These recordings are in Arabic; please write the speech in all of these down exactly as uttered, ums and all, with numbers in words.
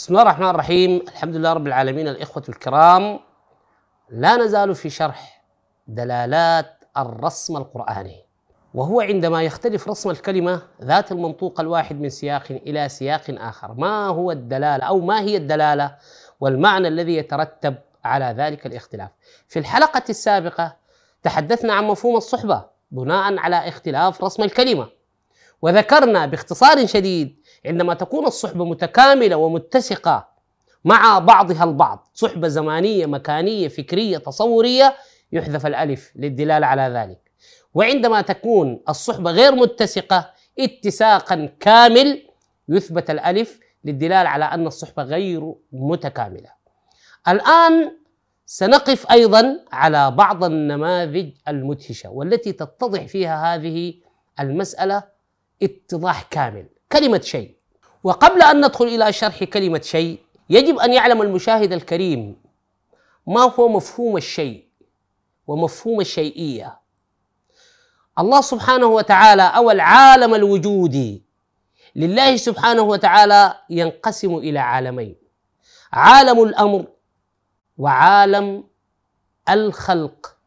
بسم الله الرحمن الرحيم. الحمد لله رب العالمين. الإخوة الكرام، لا نزال في شرح دلالات الرسم القرآني، وهو عندما يختلف رسم الكلمة ذات المنطوق الواحد من سياق إلى سياق آخر، ما هو الدلالة أو ما هي الدلالة والمعنى الذي يترتب على ذلك الاختلاف. في الحلقة السابقة تحدثنا عن مفهوم الصحبة بناء على اختلاف رسم الكلمة، وذكرنا باختصار شديد عندما تكون الصحبة متكاملة ومتسقة مع بعضها البعض، صحبة زمانية مكانية فكرية تصورية، يحذف الألف للدلالة على ذلك. وعندما تكون الصحبة غير متسقة اتساقا كامل، يثبت الألف للدلالة على أن الصحبة غير متكاملة. الآن سنقف أيضا على بعض النماذج المدهشة والتي تتضح فيها هذه المسألة اتضاح كامل. كلمة شيء، وقبل أن ندخل إلى شرح كلمة شيء يجب أن يعلم المشاهد الكريم ما هو مفهوم الشيء ومفهوم الشيئية. الله سبحانه وتعالى أو العالم الوجودي لله سبحانه وتعالى ينقسم إلى عالمين: عالم الأمر وعالم الخلق.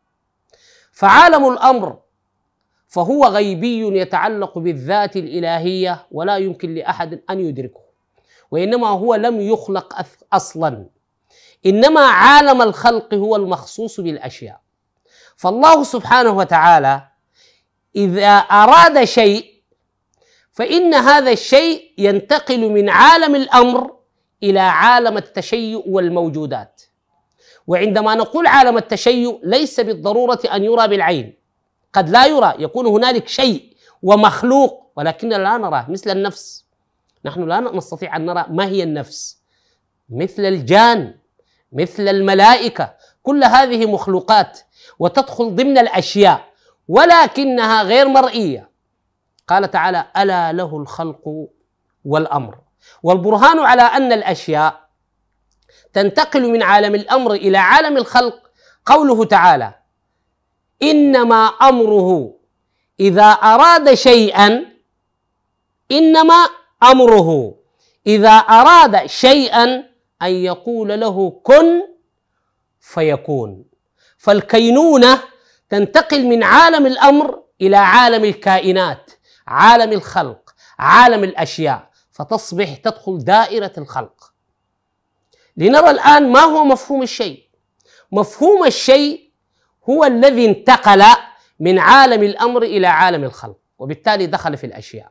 فعالم الأمر فهو غيبي يتعلق بالذات الإلهية ولا يمكن لأحد أن يدركه، وإنما هو لم يخلق أصلا. إنما عالم الخلق هو المخصوص بالأشياء. فالله سبحانه وتعالى إذا أراد شيء فإن هذا الشيء ينتقل من عالم الأمر إلى عالم التشيؤ والموجودات. وعندما نقول عالم التشيؤ ليس بالضرورة أن يرى بالعين، قد لا يرى، يكون هنالك شيء ومخلوق ولكننا لا نراه، مثل النفس. نحن لا نستطيع أن نرى ما هي النفس، مثل الجان، مثل الملائكة، كل هذه مخلوقات وتدخل ضمن الأشياء ولكنها غير مرئية. قال تعالى: ألا له الخلق والأمر. والبرهان على أن الأشياء تنتقل من عالم الأمر إلى عالم الخلق قوله تعالى: إنما أمره إذا أراد شيئا إنما أمره إذا أراد شيئا أن يقول له كن فيكون. فالكينونة تنتقل من عالم الأمر إلى عالم الكائنات، عالم الخلق، عالم الأشياء، فتصبح تدخل دائرة الخلق. لنرى الآن ما هو مفهوم الشيء. مفهوم الشيء هو الذي انتقل من عالم الأمر إلى عالم الخلق، وبالتالي دخل في الأشياء.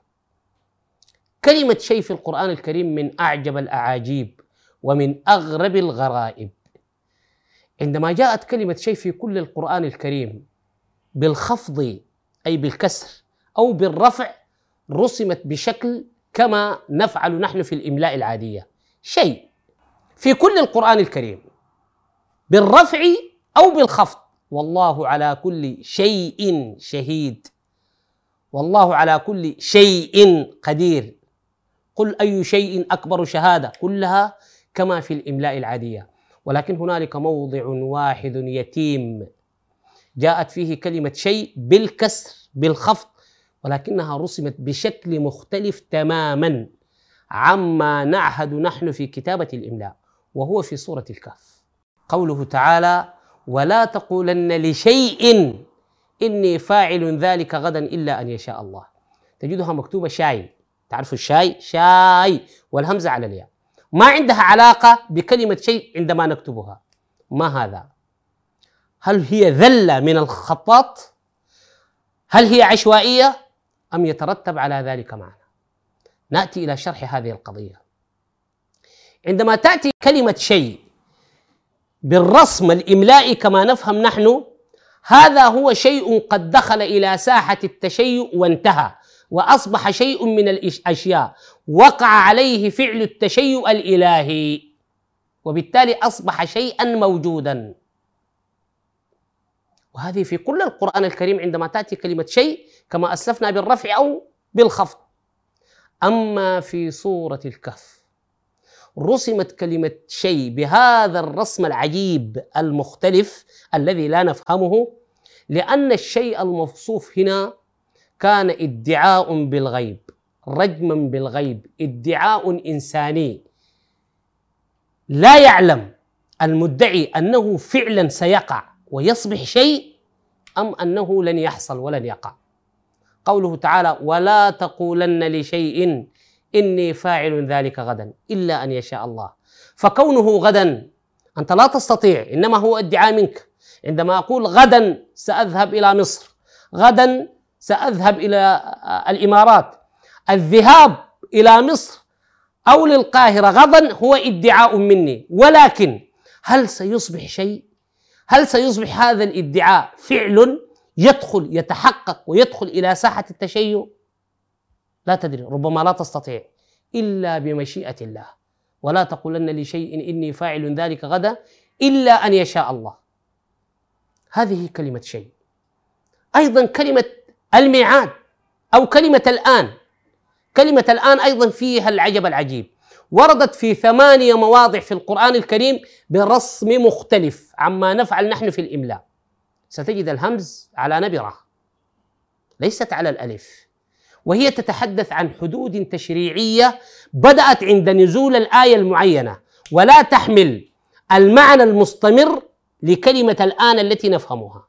كلمة شيء في القرآن الكريم من أعجب الأعاجيب ومن أغرب الغرائب. عندما جاءت كلمة شيء في كل القرآن الكريم بالخفض أي بالكسر أو بالرفع، رسمت بشكل كما نفعل نحن في الإملاء العادية. شيء في كل القرآن الكريم بالرفع أو بالخفض. والله على كل شيء شهيد، والله على كل شيء قدير، قل أي شيء أكبر شهادة، كلها كما في الإملاء العادية. ولكن هنالك موضع واحد يتيم جاءت فيه كلمة شيء بالكسر بالخفض، ولكنها رسمت بشكل مختلف تماما عما نعهد نحن في كتابة الإملاء، وهو في سورة الكهف. قوله تعالى: ولا تقولن لشيء إني فاعل ذلك غدا إلا أن يشاء الله. تجدها مكتوبة شاي، تعرفوا الشاي؟ شاي والهمزة على الياء، ما عندها علاقة بكلمة شيء عندما نكتبها. ما هذا؟ هل هي ذلة من الخطاط؟ هل هي عشوائية؟ أم يترتب على ذلك معنى؟ نأتي إلى شرح هذه القضية. عندما تأتي كلمة شيء بالرسم الإملائي كما نفهم نحن، هذا هو شيء قد دخل إلى ساحة التشيؤ وانتهى، وأصبح شيء من الأشياء وقع عليه فعل التشيؤ الإلهي، وبالتالي أصبح شيئا موجودا. وهذه في كل القرآن الكريم عندما تأتي كلمة شيء كما أسلفنا بالرفع أو بالخفض. أما في سورة الكهف رسمت كلمة شيء بهذا الرسم العجيب المختلف الذي لا نفهمه، لأن الشيء الموصوف هنا كان ادعاء بالغيب، رجما بالغيب، ادعاء إنساني لا يعلم المدعي أنه فعلا سيقع ويصبح شيء أم أنه لن يحصل ولن يقع. قوله تعالى: ولا تقولن لشيء إني فاعل ذلك غدا إلا أن يشاء الله. فكونه غدا أنت لا تستطيع، إنما هو ادعاء منك. عندما أقول غدا سأذهب إلى مصر، غدا سأذهب إلى الإمارات، الذهاب إلى مصر أو للقاهرة غدا هو ادعاء مني، ولكن هل سيصبح شيء؟ هل سيصبح هذا الادعاء فعل يدخل يتحقق ويدخل إلى ساحة التشيع؟ لا تدري، ربما لا تستطيع إلا بمشيئة الله. ولا تقولن لشيء إني فاعل ذلك غدا إلا أن يشاء الله. هذه كلمة شيء. أيضا كلمة الميعاد أو كلمة الآن. كلمة الآن أيضا فيها العجب العجيب، وردت في ثمانية مواضع في القرآن الكريم برسم مختلف عما نفعل نحن في الإملاء. ستجد الهمز على نبرة ليست على الألف، وهي تتحدث عن حدود تشريعية بدأت عند نزول الآية المعينة، ولا تحمل المعنى المستمر لكلمة الآن التي نفهمها.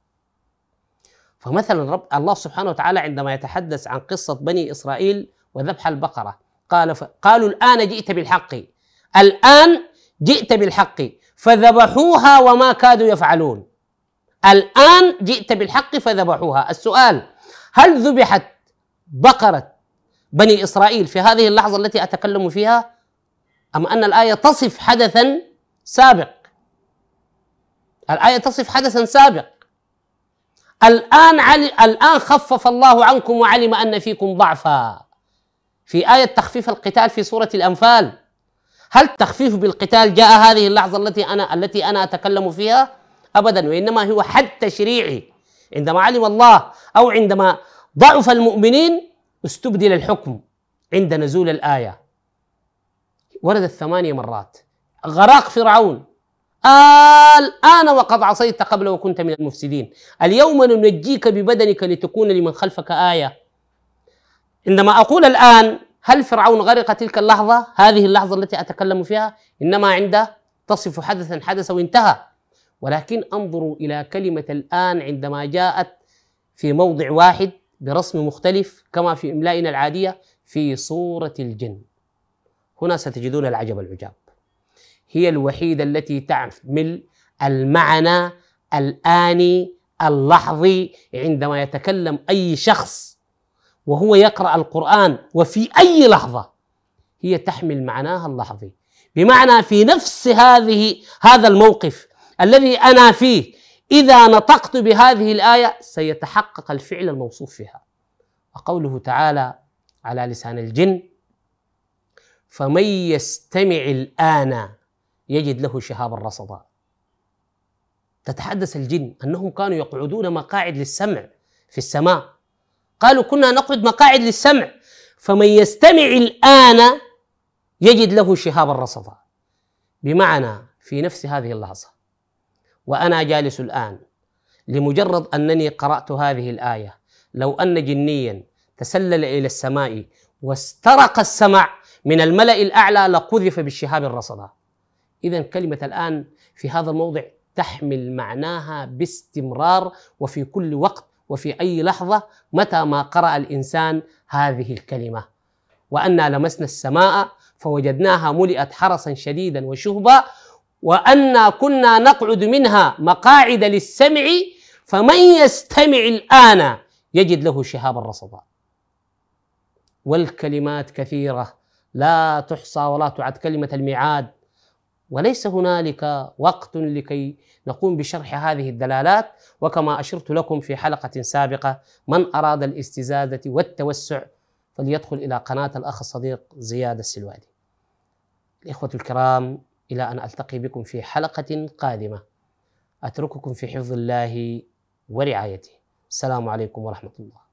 فمثلا رب الله سبحانه وتعالى عندما يتحدث عن قصة بني إسرائيل وذبح البقرة قال ف... قالوا الآن جئت بالحق، الآن جئت بالحق فذبحوها وما كادوا يفعلون. الآن جئت بالحق فذبحوها. السؤال: هل ذبحت بقرة بني إسرائيل في هذه اللحظة التي أتكلم فيها، أم أن الآية تصف حدثا سابق؟ الآية تصف حدثا سابق. الآن علي الآن خفف الله عنكم وعلم أن فيكم ضعفا، في آية تخفيف القتال في سورة الأنفال. هل التخفيف بالقتال جاء هذه اللحظة التي أنا التي أنا أتكلم فيها؟ أبدا، وإنما هو حد تشريعي. عندما علم الله أو عندما ضعف المؤمنين استبدل الحكم عند نزول الآية. وردت ثمانية مرات. غراق فرعون، الآن وقد عصيت قبل وكنت من المفسدين، اليوم ننجيك ببدنك لتكون لمن خلفك آية. عندما أقول الآن، هل فرعون غرق تلك اللحظة، هذه اللحظة التي أتكلم فيها؟ إنما عنده تصف حدثا حدث وانتهى. ولكن انظروا إلى كلمة الآن عندما جاءت في موضع واحد برسم مختلف كما في إملائنا العادية في سورة الجن. هنا ستجدون العجب العجاب. هي الوحيدة التي تحمل المعنى الآني اللحظي. عندما يتكلم أي شخص وهو يقرأ القرآن وفي أي لحظة هي تحمل معناها اللحظي، بمعنى في نفس هذه هذا الموقف الذي أنا فيه إذا نطقت بهذه الآية سيتحقق الفعل الموصوف فيها. وقوله تعالى على لسان الجن: فمن يستمع الآن يجد له شهابا رصدا. تتحدث الجن أنهم كانوا يقعدون مقاعد للسمع في السماء، قالوا كنا نقعد مقاعد للسمع، فمن يستمع الآن يجد له شهابا رصدا، بمعنى في نفس هذه اللحظة وأنا جالس الآن لمجرد أنني قرأت هذه الآية، لو أن جنيا تسلل إلى السماء واسترق السمع من الملأ الأعلى لقذف بالشهاب الرصدا. إذن كلمة الآن في هذا الموضع تحمل معناها باستمرار وفي كل وقت وفي أي لحظة متى ما قرأ الإنسان هذه الكلمة. وأنا لمسنا السماء فوجدناها ملئت حرسا شديدا وشهبا وأنا كنا نقعد منها مقاعد للسمع فمن يستمع الآن يجد له شهابا رصدا. والكلمات كثيرة لا تحصى ولا تعد. كلمة الميعاد، وليس هنالك وقت لكي نقوم بشرح هذه الدلالات. وكما أشرت لكم في حلقة سابقة، من أراد الاستزادة والتوسع فليدخل إلى قناة الأخ الصديق زياد السلوادي. الإخوة الكرام، إلى أن ألتقي بكم في حلقة قادمة أترككم في حفظ الله ورعايته. السلام عليكم ورحمة الله.